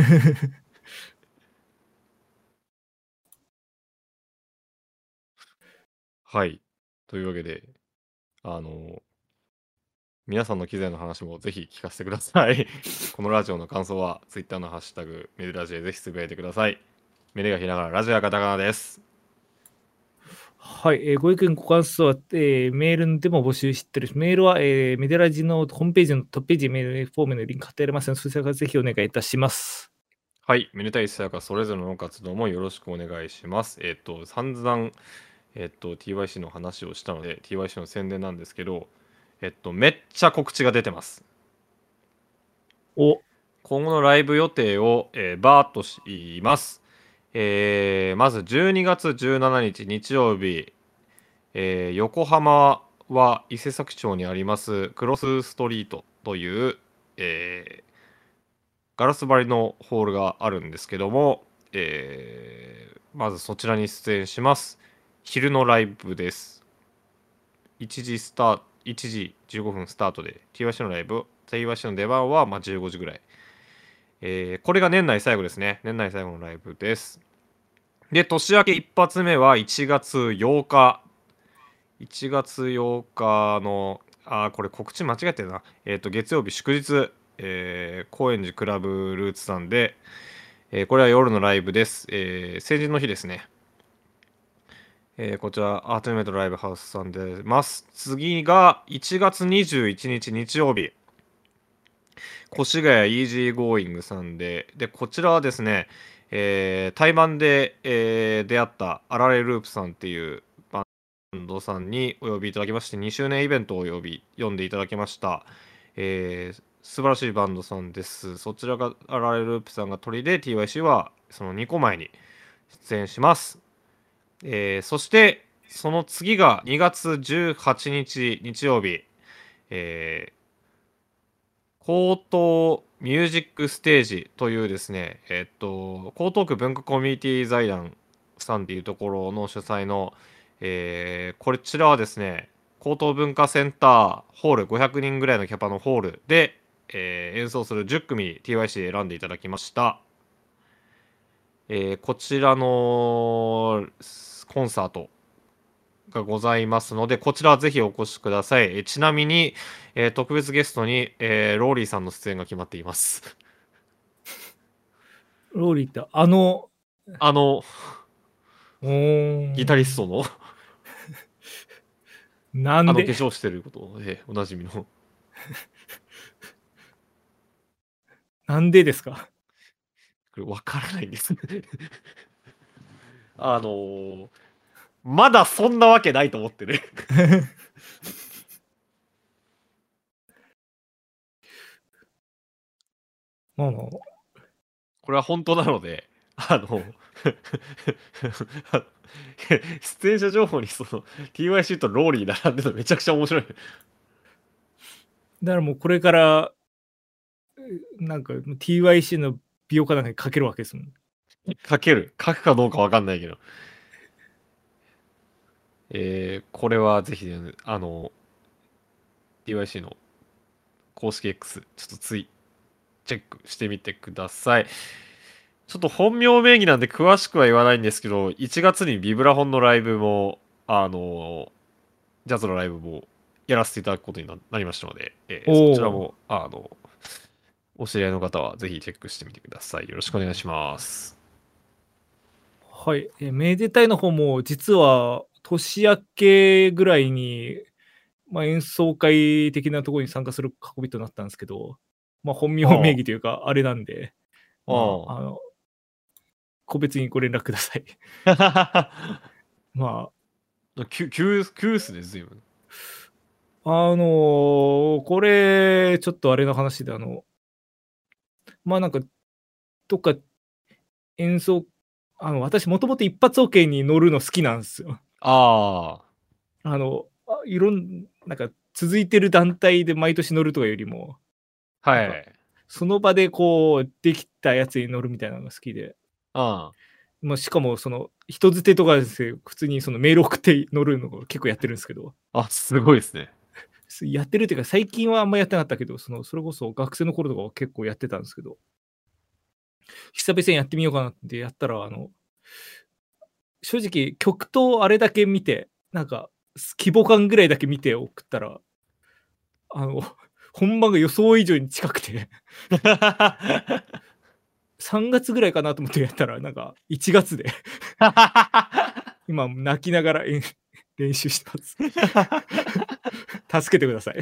はい。というわけで、あの、皆さんの機材の話もぜひ聞かせてください。このラジオの感想は Twitter のハッシュタグメルラジでぜひつぶやいてください。メルがひらがな、ラジオはカタカナです。 はい、えーご意見、ご感想は、えーメールでも募集してるし、メールは、えーメデラジのホームページのトップページ、メールフォームのリンク貼ってありますので、そちらからぜひお願いいたします。 はい。メルタイさやかそれぞれの活動もよろしくお願いします。えっ、と、散々、えっ、と、ティーワイシー の話をしたので、ティーワイシー の宣伝なんですけど、えっと、めっちゃ告知が出てます。 お、 今後のライブ予定を、えー、バーっと言います。えーまずじゅうにがつじゅうしちにち日曜日、えー横浜は伊勢佐木町にありますクロスストリートという、えーガラス張りのホールがあるんですけども、えーまずそちらに出演します。昼のライブです。いちじスタート、いちじじゅうごふんスタートで ティーワイシー のライブ、ティーワイシー の出番はまあじゅうごじぐらい。えーこれが年内最後ですね。年内最後のライブです。で、年明け一発目はいちがつようか。いちがつようかの、あー、これ告知間違えてるな。えっ、と、月曜日祝日、えー高円寺クラブルーツさんで、えーこれは夜のライブです。えー成人の日ですね。えーこちら、アートメイトライブハウスさんでます。次がいちがつにじゅういちにち日曜日。越谷イージーゴーイングさんで、で、こちらはですね、えー対バンで、えー出会ったアラレループさんっていうバンドさんにお呼びいただきまして、にしゅうねんイベントを呼び、呼んでいただきました。えー素晴らしいバンドさんです。そちらがアラレループさんが鳥で、ティーワイシー はそのにこまえに出演します。えーそして、その次がにがつじゅうはちにち日曜日、えー江東ミュージックステージというですね、えっと、江東区文化コミュニティ財団さんっていうところの主催の、えーこちらはですね、江東文化センターホール、ごひゃくにんぐらいのキャパのホールで、えー演奏するじゅっくみ ティーワイシー で選んでいただきました。えーこちらのコンサートがございますので、こちらはぜひお越しください。えちなみに、えー特別ゲストに、えーローリーさんの出演が決まっています。 ローリーってあの、 あの、 おーギタリストの、あの、化なんで、 粧してることで、おなじみの。こなんでですか？ れ、わからないんです。あのーまだそんなわけないと思ってる。 まあ、 これは本当なので、あの、出演者情報にその ティーワイシー とローリー並んでるのめちゃくちゃ面白い。 だからもうこれから、なんか ティーワイシー の美容かなんかにかけるわけですもん。 書ける。書くかどうかわかんないけど。えーこれはぜひ、ね、あの、ティーワイシー の公式 X、ちょっとツイ、チェックしてみてください。ちょっと本名名義なんで詳しくは言わないんですけど、いちがつにビブラフォンのライブも、あの、ジャズのライブもやらせていただくことになりましたので、えー、そちらもあのお知り合いの方はぜひチェックしてみてください。よろしくお願いします。 はい、えー、めでたいの方も実は年明けぐらいに、まあ、演奏会的なところに参加する運びとなったんですけど、まあ、本名名義というかあれなんで、まあ、あの個別にご連絡ください。まあ急急急っすね、随分。 あのー、これちょっとあれの話で、あのまあなんかどっか演奏、あの私もともと一発オケに乗るの好きなんですよ。 ああ。あのいろんなんか続いてる団体で毎年乗るとかよりも、 はい、 その場でこうできたやつに乗るみたいなのが好きで、 あまあ、しかもその人づてとかですね、普通にそのメール送って乗るのを結構やってるんですけど、 あ、すごいですね。 やってるっていうか最近はあんまやってなかったけど、そのそれこそ学生の頃とかは結構やってたんですけど、久々にやってみようかなってやったら、あの正直曲とあれだけ見て、なんか規模感ぐらいだけ見て送ったら、あの本番が予想以上に近くてさんがつぐらいかなと思ってやったら、なんかいちがつで今泣きながら練習してます。助けてください。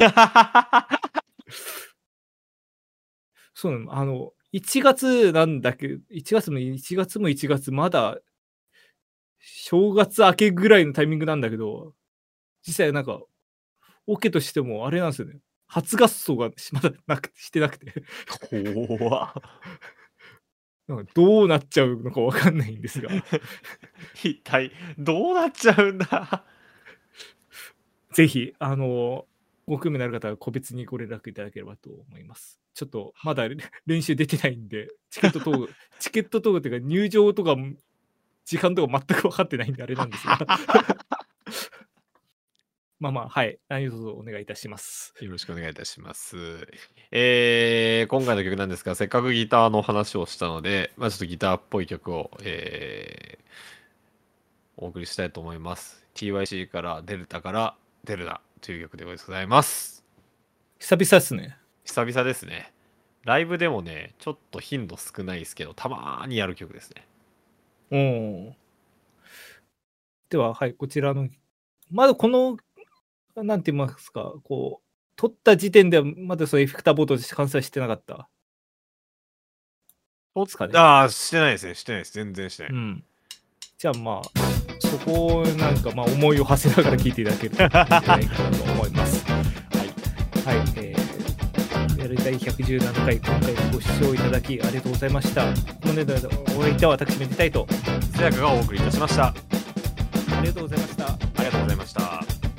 そうなの、あのいちがつなんだけど、いちがつもいちがつもいちがつ、まだ正月明けぐらいのタイミングなんだけど、実際なんかオケとしてもあれなんですよね。初合奏がまだなくしてなくて怖っ。 なんかどうなっちゃうのかわかんないんですが一体どうなっちゃうんだ。 ぜひあのご興味のある方は個別にご連絡いただければと思います。ちょっとまだ練習出てないんで、チケット等チケット等っていうか入場とか時間とか全く分かってないんであれなんですがまあまあ、はい、何卒お願いいたします。 よろしくお願いいたします。えー、今回の曲なんですが、せっかくギターの話をしたので、まあ、ちょっとギターっぽい曲を、えー、お送りしたいと思います。ティーワイシー からデルタからデルダという曲でございます。 久々ですね。 久々ですね。ライブでもね、ちょっと頻度少ないですけど、たまーにやる曲ですね。 おー。では、はい、こちらの、まだこの、なんて言いますか、こう、撮った時点ではまだそのエフェクターボードで完成してなかった。 そうですかね。ああ、してないですね。してないです。全然してない。 うん。じゃあまあ、そこをなんかまあ思いを馳せながら聴いていただけるといいんじゃないかなと思います。はい。はい。えー、やりたいひゃくじゅうななかい、今回ご視聴いただきありがとうございました。ここまでのお相手は私、めでたいと、 せやかがお送りいたしました。 ありがとうございました。 ありがとうございました。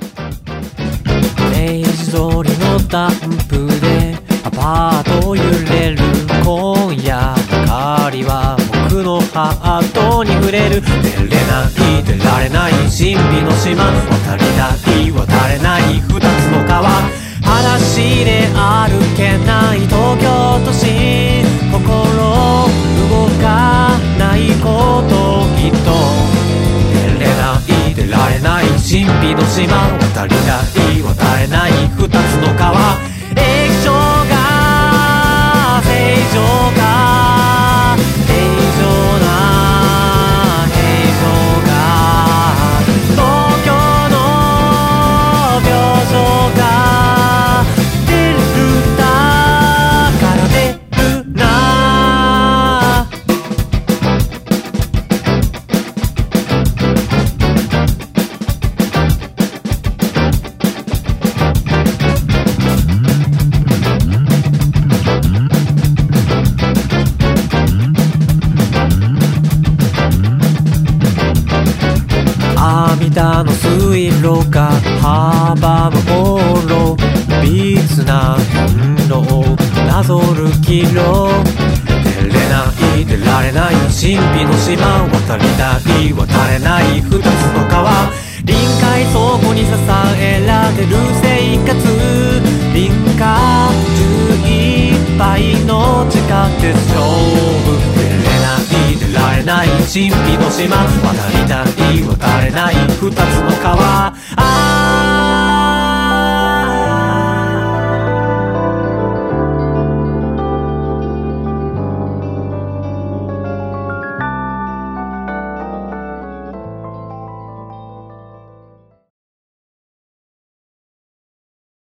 明治通りのダンプでアパート揺れる今夜明かりは僕のハートに触れる。出れない出られない神秘の島、渡りたい渡れない二つの川、裸足で歩けない東京都心、心動かないこときっと出れない出られない神秘の島、渡りたい渡れない二つの川、液晶が正常か正常な平常が東京の病床が出るだから出るな。涙の水路が阻む往路、微妙な変動なぞるキロ、出れない出られない神秘の島、渡りたい渡れない二つの川、臨海倉庫に支えられる生活、臨海中いっぱいの地下鉄勝負、出れない出られない神秘の島、渡りたい渡れない二つの川、あ